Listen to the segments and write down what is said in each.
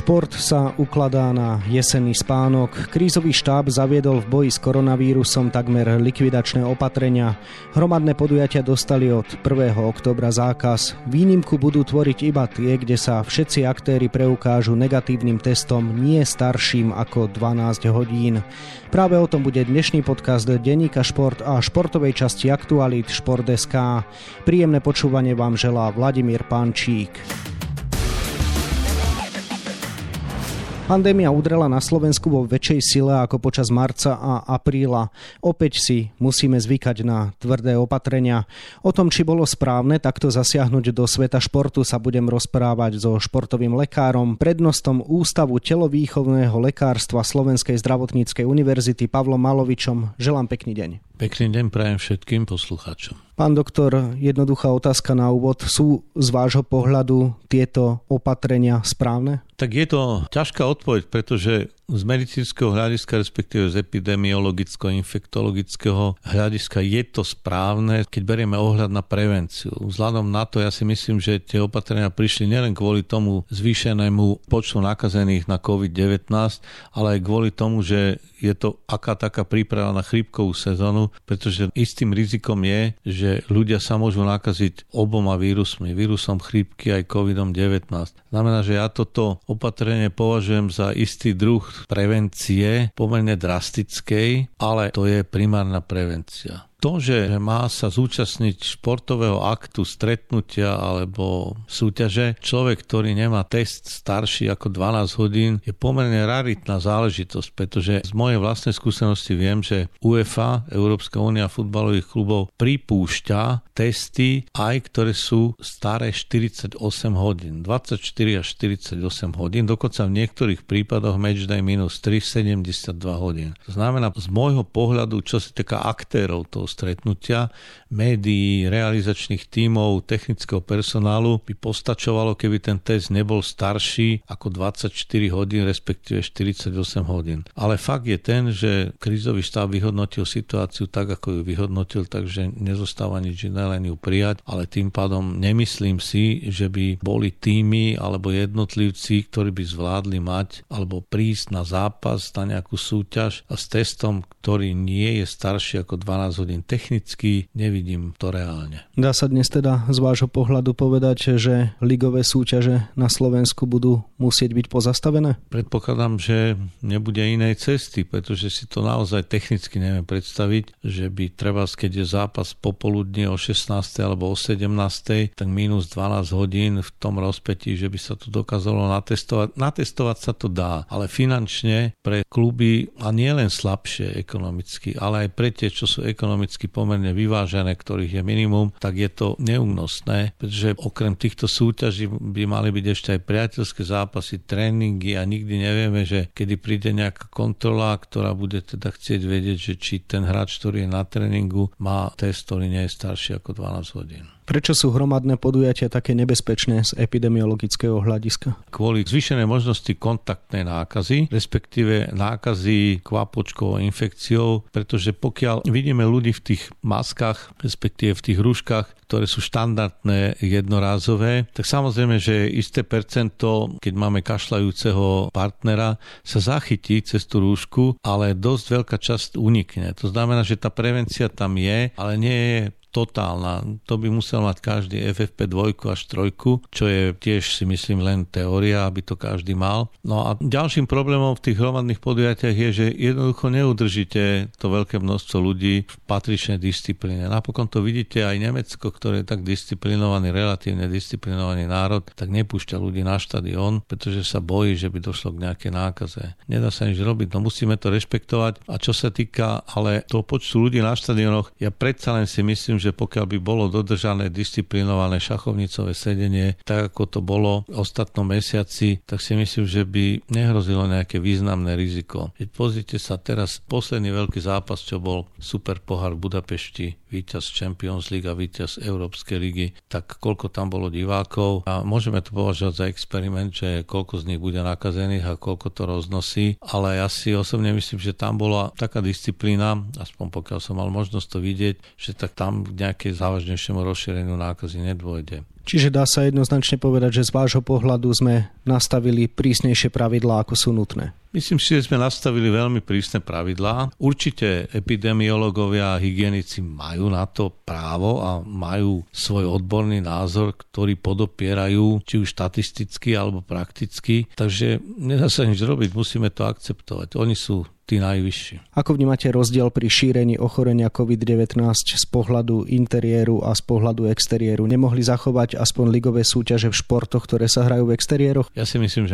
Šport sa ukladá na jesenný spánok. Krízový štáb zaviedol v boji s koronavírusom takmer likvidačné opatrenia. Hromadné podujatia dostali od 1. októbra zákaz. Výnimku budú tvoriť iba tie, kde sa všetci aktéri preukážu negatívnym testom nie starším ako 12 hodín. Práve o tom bude dnešný podcast denníka Šport a športovej časti aktualít Šport.sk. Príjemné počúvanie vám želá Vladimír Pančík. Pandémia udrela na Slovensku vo väčšej sile ako počas marca a apríla. Opäť si musíme zvykať na tvrdé opatrenia. O tom, či bolo správne takto zasiahnuť do sveta športu, sa budem rozprávať so športovým lekárom, prednostom Ústavu telovýchovného lekárstva Slovenskej zdravotníckej univerzity Pavlom Malovičom. Želám pekný deň. Pekný deň prajem všetkým poslucháčom. Pán doktor, jednoduchá otázka na úvod. Sú z vášho pohľadu tieto opatrenia správne? Tak je to ťažká odpoveď, pretože z medicínskeho hľadiska, respektíve z epidemiologicko-infektologického hľadiska je to správne, keď berieme ohľad na prevenciu. Vzhľadom na to, ja si myslím, že tie opatrenia prišli nielen kvôli tomu zvýšenému počtu nakazených na COVID-19, ale aj kvôli tomu, že je to aká taká príprava na chrípkovú sezónu, pretože istým rizikom je, že ľudia sa môžu nakaziť oboma vírusmi, vírusom chrípky aj COVID-19. Znamená, že ja toto opatrenie považujem za istý druh prevencie, pomerne drastickej, ale to je primárna prevencia. To, že má sa zúčastniť športového aktu, stretnutia alebo súťaže človek, ktorý nemá test starší ako 12 hodín, je pomerne raritná záležitosť, pretože z mojej vlastnej skúsenosti viem, že UEFA, Európska únia futbalových klubov, pripúšťa testy aj ktoré sú staré 48 hodín, 24 až 48 hodín, dokonca v niektorých prípadoch matchday minus 3, 72 hodín. To znamená, z môjho pohľadu, čo sa týka aktérov toho stretnutia, médií, realizačných tímov, technického personálu, by postačovalo, keby ten test nebol starší ako 24 hodín, respektíve 48 hodín. Ale fakt je ten, že krízový štáb vyhodnotil situáciu tak, ako ju vyhodnotil, takže nezostáva nič iné, len ju prijať, ale tým pádom nemyslím si, že by boli tímy alebo jednotlivci, ktorí by zvládli mať alebo prísť na zápas, na nejakú súťaž a s testom, ktorý nie je starší ako 12 hodín. Technicky nevidím to reálne. Dá sa dnes teda z vášho pohľadu povedať, že ligové súťaže na Slovensku budú musieť byť pozastavené? Predpokladám, že nebude inej cesty, pretože si to naozaj technicky neviem predstaviť, že by treba, keď je zápas popoludne o 16. alebo o 17. tak minus 12 hodín v tom rozpätí, že by sa to dokázalo natestovať. Natestovať sa to dá, ale finančne pre kluby, a nie len slabšie ekonomicky, ale aj pre tie, čo sú ekonomicky pomerne vyvážené, ktorých je minimum, tak je to neúnosné, pretože okrem týchto súťaží by mali byť ešte aj priateľské zápasy, tréningy a nikdy nevieme, že kedy príde nejaká kontrola, ktorá bude teda chcieť vedieť, že či ten hráč, ktorý je na tréningu, má test, ktorý nie je starší ako 12 hodín. Prečo sú hromadné podujatia také nebezpečné z epidemiologického hľadiska? Kvôli zvýšenej možnosti kontaktnej nákazy, respektíve nákazy kvapôčkovou infekciou, pretože pokiaľ vidíme ľudí v tých maskách, respektíve v tých rúškach, ktoré sú štandardné jednorázové, tak samozrejme, že isté percento, keď máme kašľajúceho partnera, sa zachytí cez tú rúšku, ale dosť veľká časť unikne. To znamená, že tá prevencia tam je, ale nie je totálna. To by musel mať každý FFP2 až 3, čo je tiež si myslím len teória, aby to každý mal. No a ďalším problémom v tých hromadných podujatiach je, že jednoducho neudržíte to veľké množstvo ľudí v patričnej disciplíne. Napokon to vidíte aj Nemecko, ktoré je tak disciplinovaný, relatívne disciplinovaný národ, tak nepúšťa ľudí na štadión, pretože sa bojí, že by došlo k nejakej nákaze. Nedá sa nič robiť, no musíme to rešpektovať. A čo sa týka ale toho počtu ľudí na štadiónoch, ja predsa len si myslím, že pokiaľ by bolo dodržané disciplinované šachovnicové sedenie, tak ako to bolo v ostatnom mesiaci, tak si myslím, že by nehrozilo nejaké významné riziko. Keď pozrite sa teraz, posledný veľký zápas, čo bol Super pohár v Budapešti, víťaz Champions League a víťaz Európskej ligy, tak koľko tam bolo divákov a môžeme to považovať za experiment, že koľko z nich bude nakazených a koľko to roznosí, ale ja si osobne myslím, že tam bola taká disciplína, aspoň pokiaľ som mal možnosť to vidieť, že tak tam k nejakej závažnejšiemu rozšíreniu nákazy nedôjde. Čiže dá sa jednoznačne povedať, že z vášho pohľadu sme nastavili prísnejšie pravidlá, ako sú nutné. Myslím si, že sme nastavili veľmi prísne pravidlá. Určite epidemiológovia a hygienici majú na to právo a majú svoj odborný názor, ktorý podopierajú či už štatisticky alebo prakticky. Takže nedá sa nič robiť, musíme to akceptovať. Oni sú tí najvyšší. Ako vnímate rozdiel pri šírení ochorenia COVID-19 z pohľadu interiéru a z pohľadu exteriéru? Nemohli zachovať aspoň ligové súťaže v športoch, ktoré sa hrajú v exteriéroch? Ja si myslím, že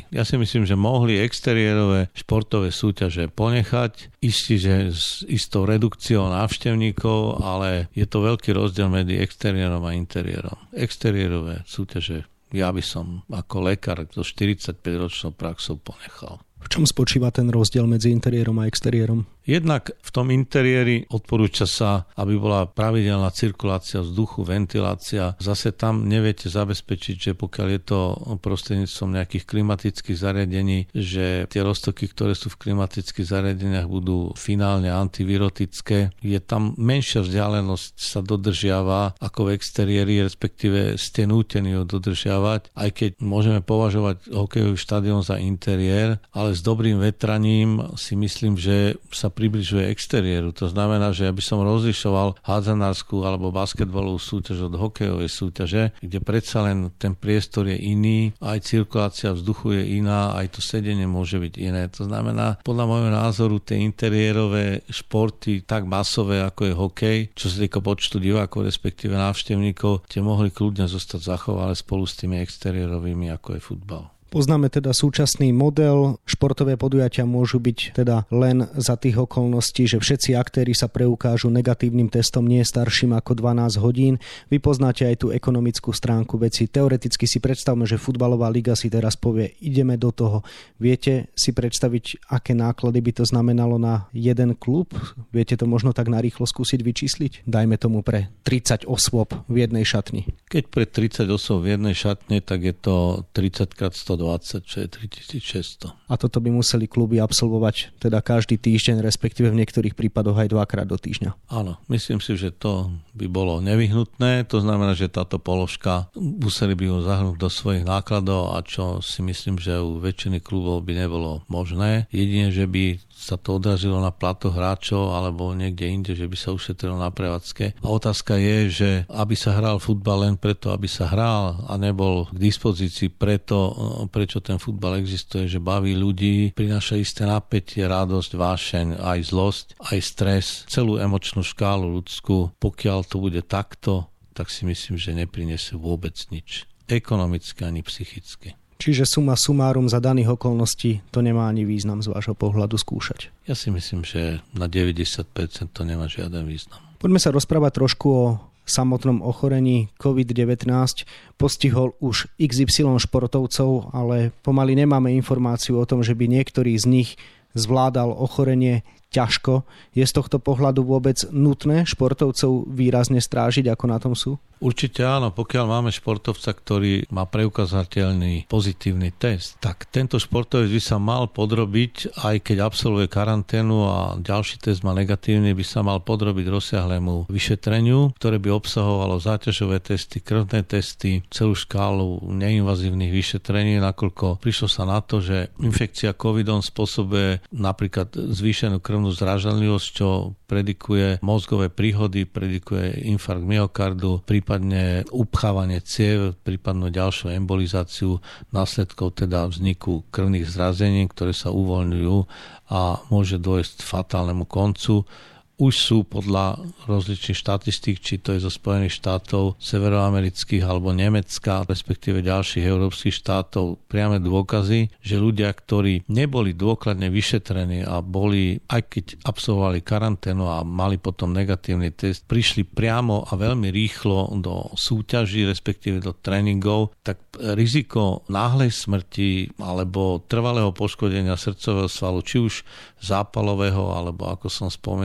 mohli exteriérové športové súťaže ponechať. Istý, že s istou redukciou návštevníkov, ale je to veľký rozdiel medzi exteriérom a interiérom. Exteriérové súťaže ja by som ako lekár so 45-ročnou praxou ponechal. V čom spočíva ten rozdiel medzi interiérom a exteriérom? Jednak v tom interiéri odporúča sa, aby bola pravidelná cirkulácia vzduchu, ventilácia. Zase tam neviete zabezpečiť, že pokiaľ je to prostredníctvom nejakých klimatických zariadení, že tie roztoky, ktoré sú v klimatických zariadeniach, budú finálne antivirotické. Je tam menšia vzdialenosť sa dodržiava ako v exteriéri, respektíve ste nútení ju dodržiavať, aj keď môžeme považovať hokejový štadión za interiér, ale s dobrým vetraním si myslím, že sa približuje exteriéru. To znamená, že ja by som rozlišoval hádzanárskú alebo basketbalovú súťaž od hokejovej súťaže, kde predsa len ten priestor je iný, aj cirkulácia vzduchu je iná, aj to sedenie môže byť iné. To znamená, podľa môjho názoru tie interiérové športy, tak masové ako je hokej, čo sa týka počtu divákov, respektíve návštevníkov, tie mohli kľudne zostať zachované spolu s tými exteriérovými, ako je futbal. Poznáme teda súčasný model. Športové podujatia môžu byť teda len za tých okolností, že všetci aktéri sa preukážu negatívnym testom nie starším ako 12 hodín. Vy poznáte aj tú ekonomickú stránku veci. Teoreticky si predstavme, že futbalová liga si teraz povie, ideme do toho. Viete si predstaviť, aké náklady by to znamenalo na jeden klub? Viete to možno tak narýchlo skúsiť vyčísliť? Dajme tomu pre 30 osôb v jednej šatni. Keď pre 30 osôb v jednej šatne, tak je to 30 x 120, čo je 3600. A toto by museli kluby absolvovať teda každý týždeň, respektíve v niektorých prípadoch aj dvakrát do týždňa. Áno, myslím si, že to by bolo nevyhnutné. To znamená, že táto položka museli by ju zahrnúť do svojich nákladov a čo si myslím, že u väčšiny klubov by nebolo možné. Jedine, že by sa to odrazilo na platoch hráčov alebo niekde inde, že by sa ušetrilo na prevádzke. A otázka je, že aby sa hral futbal len preto, aby sa hral a nebol k dispozícii preto, prečo ten futbal existuje, že baví ľudí, prináša isté napätie, radosť, vášeň, aj zlosť, aj stres, celú emočnú škálu ľudskú. Pokiaľ to bude takto, tak si myslím, že nepriniesie vôbec nič. Ekonomicky ani psychicky. Čiže suma sumárum za daných okolností to nemá ani význam z vášho pohľadu skúšať. Ja si myslím, že na 90% to nemá žiaden význam. Poďme sa rozprávať trošku o samotnom ochorení COVID-19. Postihol už XY športovcov, ale pomaly nemáme informáciu o tom, že by niektorý z nich zvládal ochorenie ťažko. Je z tohto pohľadu vôbec nutné športovcov výrazne strážiť, ako na tom sú? Určite áno, pokiaľ máme športovca, ktorý má preukázateľný pozitívny test, tak tento športovec by sa mal podrobiť, aj keď absolvuje karanténu a ďalší test má negatívny, by sa mal podrobiť rozsiahlému vyšetreniu, ktoré by obsahovalo záťažové testy, krvné testy, celú škálu neinvazívnych vyšetrení, nakoľko prišlo sa na to, že infekcia covidom spôsobuje napríklad zvýšenú krvnú zrážanlivosť, čo predikuje mozgové príhody, predikuje infarkt myokardu, prípadne upchávanie ciev, prípadne ďalšiu embolizáciu následkov teda vzniku krvných zrazení, ktoré sa uvoľňujú a môže dôjsť k fatálnemu koncu. Už sú podľa rozličných štatistík, či to je zo Spojených štátov, severoamerických alebo Nemecka, respektíve ďalších európskych štátov, priame dôkazy, že ľudia, ktorí neboli dôkladne vyšetrení a boli, aj keď absolvovali karanténu a mali potom negatívny test, prišli priamo a veľmi rýchlo do súťaží, respektíve do tréningov, tak riziko náhlej smrti alebo trvalého poškodenia srdcového svalu, či už zápalového, alebo ako som spomínal, tými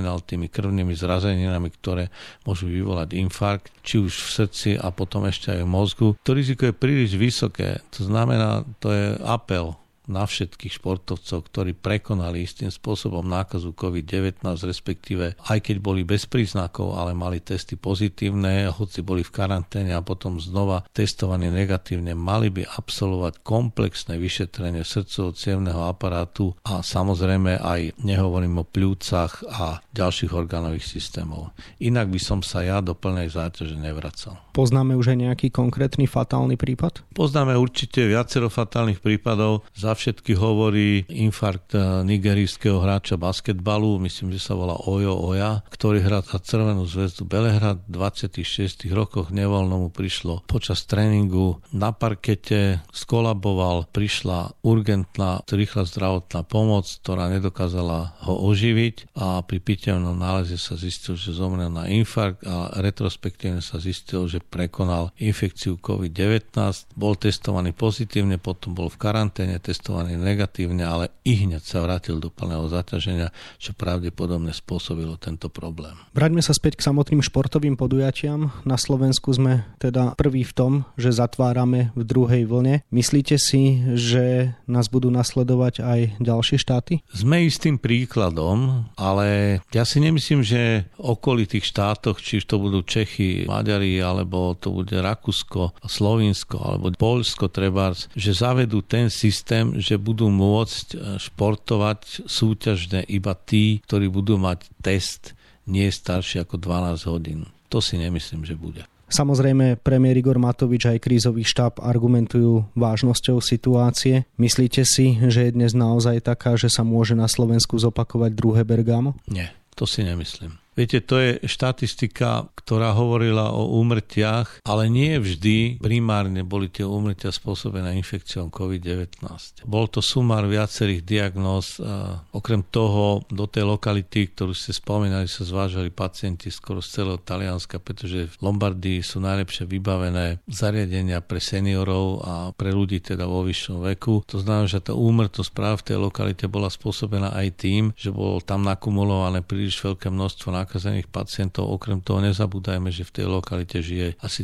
tými krvnými zrazeninami, ktoré môžu vyvolať infarkt, či už v srdci a potom ešte aj v mozgu. To riziko je príliš vysoké. To znamená, to je apel na všetkých športovcov, ktorí prekonali istým spôsobom nákazu COVID-19, respektíve aj keď boli bez príznakov, ale mali testy pozitívne, hoci boli v karanténe a potom znova testovaní negatívne, mali by absolvovať komplexné vyšetrenie srdcovo-cievneho aparátu a samozrejme aj nehovorím o pľúcach a ďalších orgánových systémov. Inak by som sa ja do plnej záťaže nevracal. Poznáme už aj nejaký konkrétny fatálny prípad? Poznáme určite viacero fatálnych prípadov. Za všetky hovorí infarkt nigerijského hráča basketbalu, myslím, že sa volá Ojo Oja, ktorý hrá za Crvenú zväzdu Belehrad. V 26 rokoch nevoľno mu prišlo počas tréningu na parkete, skolaboval, prišla urgentná, rýchla zdravotná pomoc, ktorá nedokázala ho oživiť a pri pitevnom náleze sa zistil, že zomrel na infarkt a retrospektívne sa zistil, že prekonal infekciu COVID-19, bol testovaný pozitívne, potom bol v karanténe, testovaný negatívne, ale ihneď sa vrátil do plného zaťaženia, čo pravdepodobne spôsobilo tento problém. Vráťme sa späť k samotným športovým podujatiam. Na Slovensku sme teda prví v tom, že zatvárame v druhej vlne. Myslíte si, že nás budú nasledovať aj ďalšie štáty? Sme istým príkladom, ale ja si nemyslím, že v okolitých štátoch, či to budú Čechy, Maďari, alebo to bude Rakúsko, Slovinsko alebo Poľsko trebárs, že zavedú ten systém, že budú môcť športovať súťažne iba tí, ktorí budú mať test nie starší ako 12 hodín. To si nemyslím, že bude. Samozrejme, premiér Igor Matovič aj krízový štáb argumentujú vážnosťou situácie. Myslíte si, že je dnes naozaj taká, že sa môže na Slovensku zopakovať druhé Bergamo? Nie, to si nemyslím. Viete, to je štatistika, ktorá hovorila o úmrtiach, ale nie vždy primárne boli tie úmrtia spôsobené infekciou COVID-19. Bol to sumár viacerých diagnóz. Okrem toho, do tej lokality, ktorú ste spomínali, sa zvážali pacienti skoro z celého Talianska, pretože v Lombardii sú najlepšie vybavené zariadenia pre seniorov a pre ľudí teda vo vyššom veku. To znamená, že tá úmrtnosť práve v tej lokalite bola spôsobená aj tým, že bolo tam nakumulované príliš veľké množstvo nakazených pacientov. Okrem toho nezabúdajme, že v tej lokalite žije asi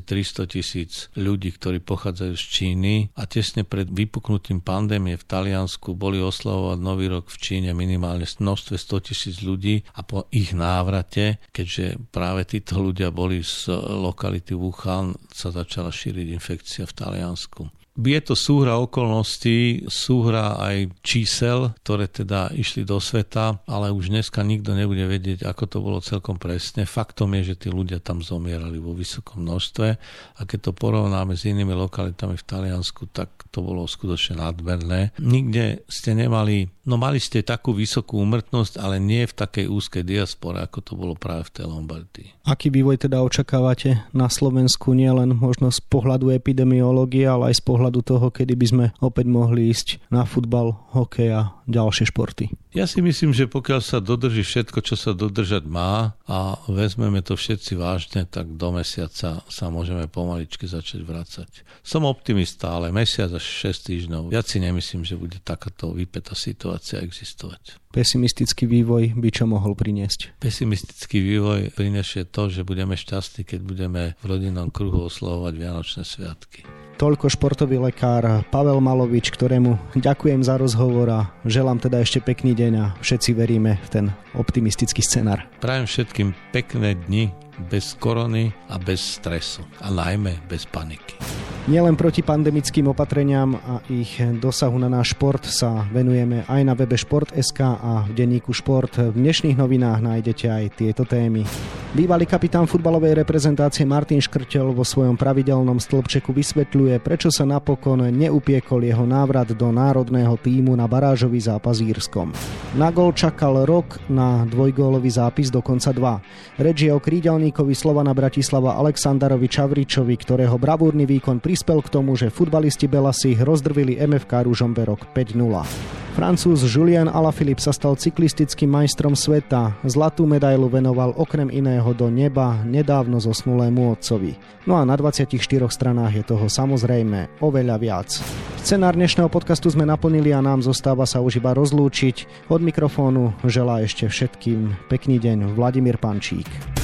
300 000 ľudí, ktorí pochádzajú z Číny a tesne pred vypuknutím pandémie v Taliansku boli oslavovať Nový rok v Číne minimálne množstve 100 000 ľudí a po ich návrate, keďže práve títo ľudia boli z lokality Wuhan, sa začala šíriť infekcia v Taliansku. Je to súhra okolností, súhra aj čísel, ktoré teda išli do sveta, ale už dneska nikto nebude vedieť, ako to bolo celkom presne. Faktom je, že tí ľudia tam zomierali vo vysokom množstve a keď to porovnáme s inými lokalitami v Taliansku, tak to bolo skutočne nadmerné. Nikde ste nemali, mali ste takú vysokú úmrtnosť, ale nie v takej úzkej diaspore, ako to bolo práve v tej Lombardii. Aký vývoj teda očakávate na Slovensku, nielen možno z pohľadu epidemiológie, ale aj z pohľadu toho, kedy by sme opäť mohli ísť na futbal, hokej a ďalšie športy? Ja si myslím, že pokiaľ sa dodrží všetko, čo sa dodržať má a vezmeme to všetci vážne, tak do mesiaca sa môžeme pomaličky začať vracať. Som optimista, ale mesiac až 6 týždňov. Ja si nemyslím, že bude takáto vypätá situácia existovať. Pesimistický vývoj by čo mohol priniesť? Pesimistický vývoj prinesie to, že budeme šťastní, keď budeme v rodinnom kruhu oslavovať Vianočné sviatky. Toľko športový lekár Pavel Malovič, ktorému ďakujem za rozhovor a želám teda ešte pekný deň a všetci veríme v ten optimistický scenár. Prajem všetkým pekné dni bez korony a bez stresu a najmä bez paniky. Nielen proti pandemickým opatreniam a ich dosahu na náš šport sa venujeme aj na webe Šport.sk a v denníku Šport. V dnešných novinách nájdete aj tieto témy. Bývalý kapitán futbalovej reprezentácie Martin Škrteľ vo svojom pravidelnom stĺpčeku vysvetľuje, prečo sa napokon neupiekol jeho návrat do národného tímu na barážový zápas s Írskom. Na gól čakal rok, na dvojgólový zápis dokonca 2. Reč je o krídelníkovi Slovana Bratislava Alexanderovi Čavričovi, ktorého bravúrny výkon prispel k tomu, že futbalisti Belasi rozdrvili MFK Ružomberok 5-0. Francúz Julien Alaphilippe sa stal cyklistickým majstrom sveta. Zlatú medailu venoval okrem iného ho do neba nedávno zosnulému otcovi. No a na 24 stranách je toho samozrejme oveľa viac. Scenár dnešného podcastu sme naplnili a nám zostáva sa už iba rozlúčiť. Od mikrofónu želá ešte všetkým pekný deň Vladimír Pančík.